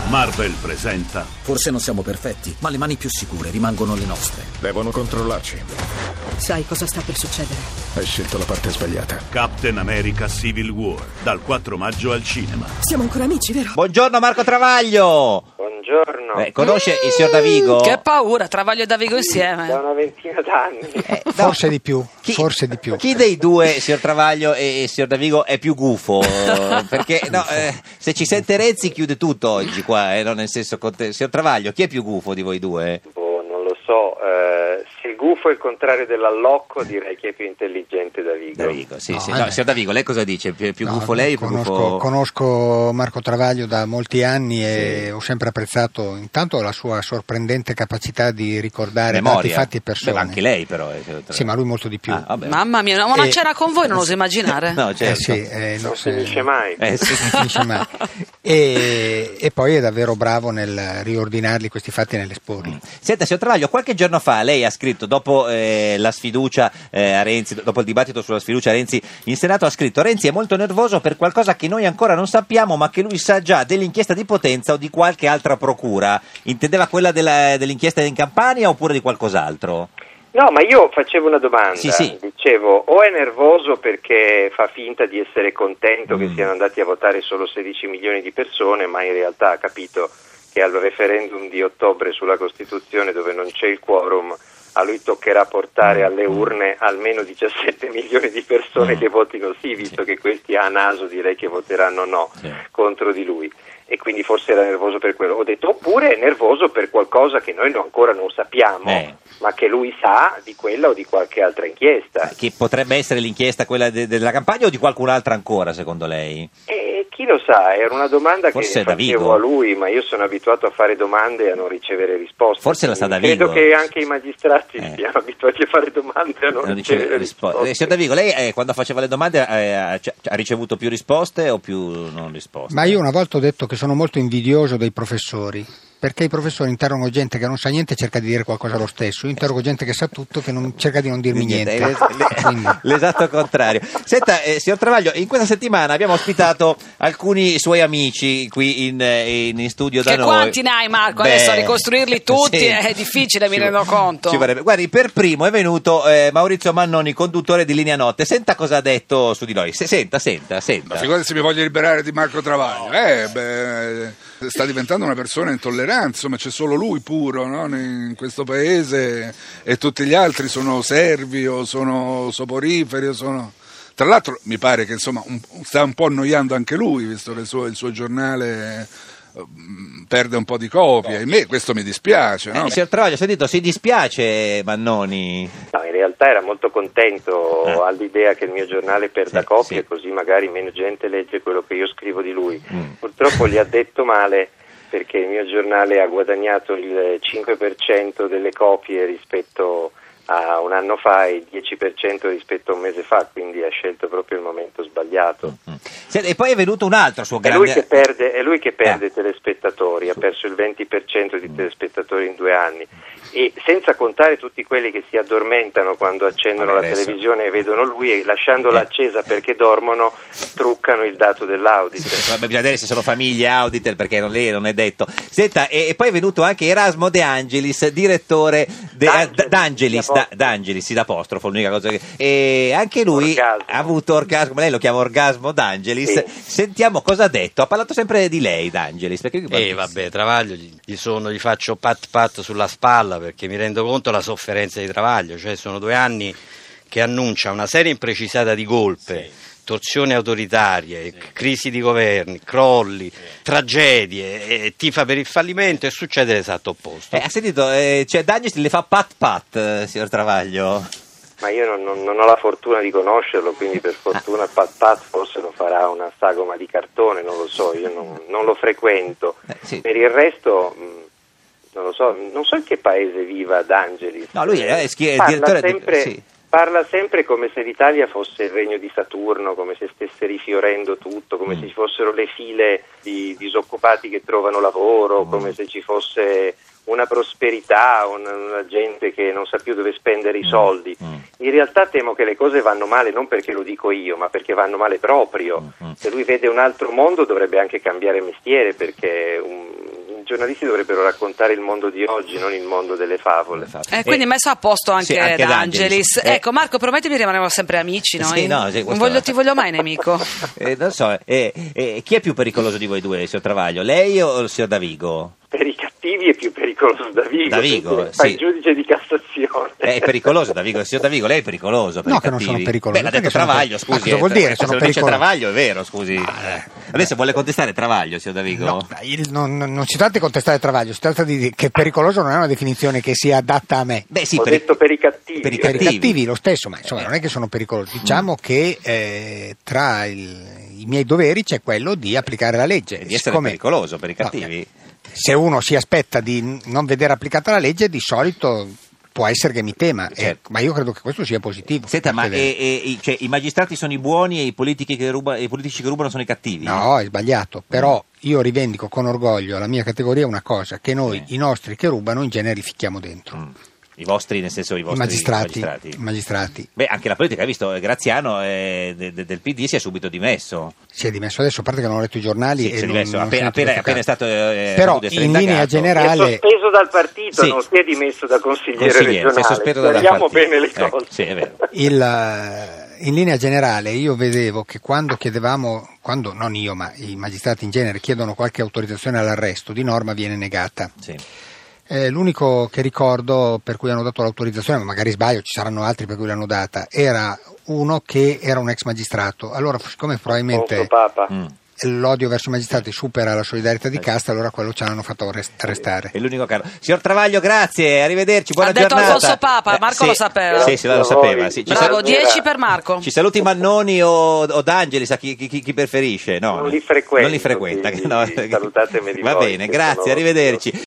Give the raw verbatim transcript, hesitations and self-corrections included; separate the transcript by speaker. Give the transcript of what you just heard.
Speaker 1: Marvel presenta.
Speaker 2: Forse non siamo perfetti, ma le mani più sicure rimangono le nostre.
Speaker 3: Devono controllarci.
Speaker 4: Sai cosa sta per succedere?
Speaker 3: Hai scelto la parte sbagliata.
Speaker 1: Captain America Civil War, dal quattro maggio al cinema.
Speaker 4: Siamo ancora amici, vero?
Speaker 5: Buongiorno Marco Travaglio.
Speaker 6: Buongiorno.
Speaker 5: Eh, conosce il signor Davigo?
Speaker 7: Che paura, Travaglio e Davigo insieme.
Speaker 6: Da una ventina d'anni.
Speaker 5: Eh, no.
Speaker 8: Forse di più,
Speaker 5: Chi,
Speaker 8: forse di più.
Speaker 5: Chi dei due, signor Travaglio e, e signor Davigo, è più gufo? Perché no, eh, se ci sente Renzi chiude tutto oggi qua, eh, no, nel senso, con te. Signor Travaglio, chi è più gufo di voi due?
Speaker 6: Boh, non lo so. Eh, se il gufo è il contrario dell'allocco, direi che è più intelligente Davigo.
Speaker 5: Davigo, sì,
Speaker 8: No,
Speaker 5: sì.
Speaker 8: eh
Speaker 5: No,
Speaker 8: beh.
Speaker 5: signor Davigo, lei cosa dice? Più, più
Speaker 8: No,
Speaker 5: gufo lei o più
Speaker 8: conosco,
Speaker 5: gufo...
Speaker 8: conosco Marco Travaglio da molti anni e
Speaker 5: Sì.
Speaker 8: ho sempre apprezzato intanto la sua sorprendente capacità di ricordare
Speaker 5: Memoria.
Speaker 8: dati, fatti e persone.
Speaker 5: Beh, ma anche lei però. Eh, signor
Speaker 8: Sì, ma lui molto di più.
Speaker 5: Ah, vabbè.
Speaker 7: Mamma mia, una
Speaker 8: Eh,
Speaker 7: cena con voi non oso immaginare.
Speaker 5: No,
Speaker 8: Eh
Speaker 5: certo.
Speaker 8: sì, eh, no,
Speaker 6: Non
Speaker 8: se-
Speaker 6: finisce mai.
Speaker 5: Eh, sì.
Speaker 8: non finisce mai. E, e poi è davvero bravo nel riordinarli questi fatti e nell'esporli.
Speaker 5: Senta, signor Travaglio, qualche giorno fa lei ha scritto, dopo eh, la sfiducia eh, a Renzi, dopo il dibattito sulla sfiducia a Renzi in Senato, ha scritto: Renzi è molto nervoso per qualcosa che noi ancora non sappiamo, ma che lui sa già dell'inchiesta di Potenza o di qualche altra procura. Intendeva quella della, dell'inchiesta in Campania oppure di qualcos'altro?
Speaker 6: No, ma io facevo una domanda.
Speaker 5: Sì, sì.
Speaker 6: Dicevo, o è nervoso perché fa finta di essere contento
Speaker 5: Mm.
Speaker 6: che siano andati a votare solo sedici milioni di persone, ma in realtà ha capito che al referendum di ottobre sulla Costituzione, dove non c'è il quorum, a lui toccherà portare alle urne almeno diciassette milioni di persone
Speaker 5: Mm.
Speaker 6: che votino sì, visto che questi a naso direi che voteranno no
Speaker 5: Sì.
Speaker 6: contro di lui. E quindi forse era nervoso per quello. Ho detto, oppure è nervoso per qualcosa che noi no- ancora non sappiamo,
Speaker 5: Eh.
Speaker 6: ma che lui sa di quella o di qualche altra inchiesta.
Speaker 5: Che potrebbe essere l'inchiesta quella de- della campagna o di qualcun'altra ancora, secondo lei?
Speaker 6: E chi lo sa, era una domanda
Speaker 5: Forse
Speaker 6: che facevo
Speaker 5: Davigo.
Speaker 6: a lui, ma io sono abituato a fare domande e a non ricevere risposte.
Speaker 5: Forse la sa
Speaker 6: Quindi
Speaker 5: Davigo.
Speaker 6: Credo che anche i magistrati
Speaker 5: Eh.
Speaker 6: siano abituati a fare domande e a non,
Speaker 5: Non riceve
Speaker 6: ricevere
Speaker 5: rispo-
Speaker 6: risposte.
Speaker 5: Eh, signor Davigo, lei eh, quando faceva le domande eh, ha, ha ricevuto più risposte o più non risposte?
Speaker 8: Ma io una volta ho detto che sono molto invidioso dei professori, perché i professori interrogano gente che non sa niente e cerca di dire qualcosa lo stesso. Io interrogo gente che sa tutto che non, cerca di non dirmi niente.
Speaker 5: Eh, le-
Speaker 8: Quindi-
Speaker 5: L'esatto contrario. Senta, eh, signor Travaglio, in questa settimana abbiamo ospitato alcuni suoi amici qui in, eh, in studio da
Speaker 7: Che
Speaker 5: noi.
Speaker 7: quanti ne hai, Marco?
Speaker 5: Beh,
Speaker 7: Adesso ricostruirli tutti
Speaker 5: sì.
Speaker 7: è difficile, mi
Speaker 5: Ci-
Speaker 7: rendo conto.
Speaker 5: ci vorrebbe. Guardi, per primo è venuto eh, Maurizio Mannoni, conduttore di Linea Notte. Senta cosa ha detto su di noi. Se- senta, senta, senta.
Speaker 9: Ma figurati se mi voglio liberare di Marco Travaglio. Eh, beh, sta diventando una persona intollerante, insomma c'è solo lui puro, no? In questo paese e tutti gli altri sono servi o sono soporiferi o sono... Tra l'altro mi pare che insomma un, sta un po' annoiando anche lui, visto che il suo, il suo giornale eh, perde un po' di copie, e me questo mi dispiace, no?
Speaker 5: Eh, signor Travaglio, ho sentito, si dispiace Mannoni?
Speaker 6: No, in realtà era molto contento
Speaker 5: Ah.
Speaker 6: all'idea che il mio giornale perda
Speaker 5: Sì,
Speaker 6: copie,
Speaker 5: sì.
Speaker 6: così magari meno gente legge quello che io scrivo di lui.
Speaker 5: Mm.
Speaker 6: Purtroppo gli ha detto male, perché il mio giornale ha guadagnato il cinque per cento delle copie rispetto a un anno fa e il dieci per cento rispetto a un mese fa, quindi ha scelto proprio il momento sbagliato.
Speaker 5: Mm. Senta, e poi è venuto un altro suo
Speaker 6: È
Speaker 5: grande...
Speaker 6: lui che perde, è lui che perde
Speaker 5: Ah.
Speaker 6: telespettatori, ha perso il venti per cento di telespettatori in due anni, e senza contare tutti quelli che si addormentano quando accendono
Speaker 5: Vabbè,
Speaker 6: la
Speaker 5: adesso-
Speaker 6: televisione e vedono lui, e lasciandola
Speaker 5: Eh.
Speaker 6: accesa perché dormono truccano il dato dell'Auditor.
Speaker 5: Vabbè, bisogna vedere se sono famiglie Auditel, perché non, lei non è detto. Senta, e, e poi è venuto anche Erasmo De Angelis, direttore de,
Speaker 6: D'Angelis,
Speaker 5: eh, D'Angelis,
Speaker 6: sì,
Speaker 5: da, D'Angelis, sì, d'apostrofo, l'unica cosa che... E anche lui
Speaker 6: Orgasmo.
Speaker 5: ha avuto orgasmo, lei lo chiama orgasmo D'Angelis.
Speaker 6: Sì.
Speaker 5: Sentiamo cosa ha detto. Ha parlato sempre di lei, D'Angelis. Perché
Speaker 10: E vabbè, Travaglio, gli, gli sono, gli faccio pat pat sulla spalla perché mi rendo conto della sofferenza di Travaglio, cioè sono due anni che annuncia una serie imprecisata di colpe, torsioni autoritarie, crisi di governi, crolli, tragedie, e tifa per il fallimento e succede l'esatto opposto.
Speaker 5: Eh, ha sentito, eh, cioè D'Angelis le fa pat pat, eh, signor Travaglio.
Speaker 6: Ma io non, non- non ho la fortuna di conoscerlo, quindi per fortuna Pat Pat forse lo farà una sagoma di cartone, non lo so, io non, non lo frequento.
Speaker 5: Eh, sì.
Speaker 6: Per il resto mh, non lo so, non so in che paese viva D'Angelis.
Speaker 5: No, lui è, schi- è
Speaker 6: parla
Speaker 5: direttore di-
Speaker 6: sempre,
Speaker 5: sì.
Speaker 6: parla sempre come se l'Italia fosse il regno di Saturno, come se stesse rifiorendo tutto, come
Speaker 5: Mm.
Speaker 6: se ci fossero le file di disoccupati che trovano lavoro,
Speaker 5: Mm.
Speaker 6: come se ci fosse una prosperità, una, una gente che non sa più dove spendere i soldi.
Speaker 5: Mm.
Speaker 6: In realtà temo che le cose vanno male non perché lo dico io, ma perché vanno male proprio.
Speaker 5: Mm.
Speaker 6: Se lui vede un altro mondo dovrebbe anche cambiare mestiere, perché un, giornalisti dovrebbero raccontare il mondo di oggi, non il mondo delle favole.
Speaker 7: Eh, quindi messo a posto anche,
Speaker 5: sì, anche
Speaker 7: D'Angelis.
Speaker 5: D'Angelis. Eh.
Speaker 7: Ecco, Marco, promettimi rimarremo sempre amici noi.
Speaker 5: Sì, no, sì,
Speaker 7: non
Speaker 5: questo-
Speaker 7: voglio, ti voglio mai nemico.
Speaker 5: Eh, non so, eh, eh, chi è più pericoloso di voi due, signor Travaglio? Lei o il signor Davigo?
Speaker 6: Per i cattivi è più pericoloso Davigo,
Speaker 5: Davigo,
Speaker 6: perché fa
Speaker 5: sì.
Speaker 6: il giudice di Cassazione.
Speaker 5: Eh, È pericoloso Davigo, signor Davigo, lei è pericoloso per
Speaker 8: No,
Speaker 5: i
Speaker 8: che non
Speaker 5: cattivi.
Speaker 8: sono pericoloso,
Speaker 5: Beh, l'ha
Speaker 8: perché
Speaker 5: detto
Speaker 8: sono
Speaker 5: Travaglio,
Speaker 8: per-
Speaker 5: scusi.
Speaker 8: Ma cosa vuol
Speaker 5: eh,
Speaker 8: dire?
Speaker 5: Se
Speaker 8: Sono
Speaker 5: lo dice
Speaker 8: pericoloso.
Speaker 5: Travaglio è vero, scusi. Adesso vuole contestare Travaglio, signor Davigo?
Speaker 8: No, il- non, non- non si tratta di contestare Travaglio, si tratta di che pericoloso non è una definizione che sia adatta a me.
Speaker 5: Beh, sì,
Speaker 6: Ho
Speaker 5: per i-
Speaker 6: detto per i cattivi.
Speaker 5: per i
Speaker 8: Per i
Speaker 5: cattivi.
Speaker 8: cattivi lo stesso, ma insomma non è che sono pericolosi. Diciamo che eh, tra il- i miei doveri c'è quello di applicare la legge.
Speaker 5: di essere
Speaker 8: Siccome-
Speaker 5: pericoloso per i
Speaker 8: No,
Speaker 5: cattivi.
Speaker 8: se uno si aspetta di n- non vedere applicata la legge, di solito può essere che mi tema, eh,
Speaker 5: Certo.
Speaker 8: ma io credo che questo sia positivo.
Speaker 5: Senta, ma
Speaker 8: Perché-
Speaker 5: e- e- i- cioè, i magistrati sono i buoni e i, politici che ruba- e i politici che rubano sono i cattivi?
Speaker 8: No, è sbagliato, però io rivendico con orgoglio alla mia categoria una cosa, che noi
Speaker 5: Sì.
Speaker 8: i nostri che rubano in genere li ficchiamo dentro.
Speaker 5: Mm. I vostri, nel senso i
Speaker 8: I
Speaker 5: vostri
Speaker 8: magistrati,
Speaker 5: magistrati.
Speaker 8: i magistrati.
Speaker 5: Beh, anche la politica, hai visto, eh, Graziano eh, de- de- del P D si è subito dimesso.
Speaker 8: Si è dimesso adesso, a parte che non ho letto i giornali
Speaker 5: Sì,
Speaker 8: e
Speaker 5: si è
Speaker 8: non,
Speaker 5: dimesso,
Speaker 8: non
Speaker 5: appena,
Speaker 8: sono tutto
Speaker 5: appena, appena è
Speaker 8: toccato.
Speaker 5: stato eh,
Speaker 8: Però
Speaker 5: saputo essere
Speaker 8: in linea
Speaker 5: indagato.
Speaker 6: È
Speaker 8: generale
Speaker 6: sospeso dal partito,
Speaker 5: Sì.
Speaker 6: non si è dimesso da consigliere,
Speaker 5: Consigliere, si è
Speaker 6: regionale.
Speaker 5: sospeso dal
Speaker 6: Speriamo
Speaker 5: partito.
Speaker 6: bene le
Speaker 5: Ecco,
Speaker 6: cose.
Speaker 5: sì, è vero.
Speaker 8: il, eh, in linea generale io vedevo che quando chiedevamo, quando non io ma i magistrati in genere chiedono qualche autorizzazione all'arresto, di norma viene negata.
Speaker 5: Sì.
Speaker 8: Eh, l'unico che ricordo per cui hanno dato l'autorizzazione, ma magari sbaglio, ci saranno altri per cui l'hanno data, era uno che era un ex magistrato. Allora, siccome probabilmente
Speaker 6: Ponzo Papa.
Speaker 5: Mm.
Speaker 8: l'odio verso i magistrati supera la solidarietà di casta, allora quello ce l'hanno fatto arrest- arrestare.
Speaker 5: È l'unico caro. Signor Travaglio, grazie, arrivederci, buona
Speaker 7: Ha detto
Speaker 5: giornata.
Speaker 7: Alfonso Papa,
Speaker 5: Eh,
Speaker 7: Marco
Speaker 5: sì,
Speaker 7: lo sapeva.
Speaker 5: Sì, sì, lo sapeva. Sì. Ci,
Speaker 7: Bravo,
Speaker 5: sal-
Speaker 7: dieci per Marco.
Speaker 5: ci saluti Mannoni o, o D'Angelis, a chi, chi- chi preferisce? No,
Speaker 6: Non li frequento,
Speaker 5: Non li frequenta.
Speaker 6: quindi
Speaker 5: no.
Speaker 6: salutatemi di
Speaker 5: Va
Speaker 6: voi,
Speaker 5: bene,
Speaker 6: che
Speaker 5: grazie,
Speaker 6: sono-
Speaker 5: arrivederci.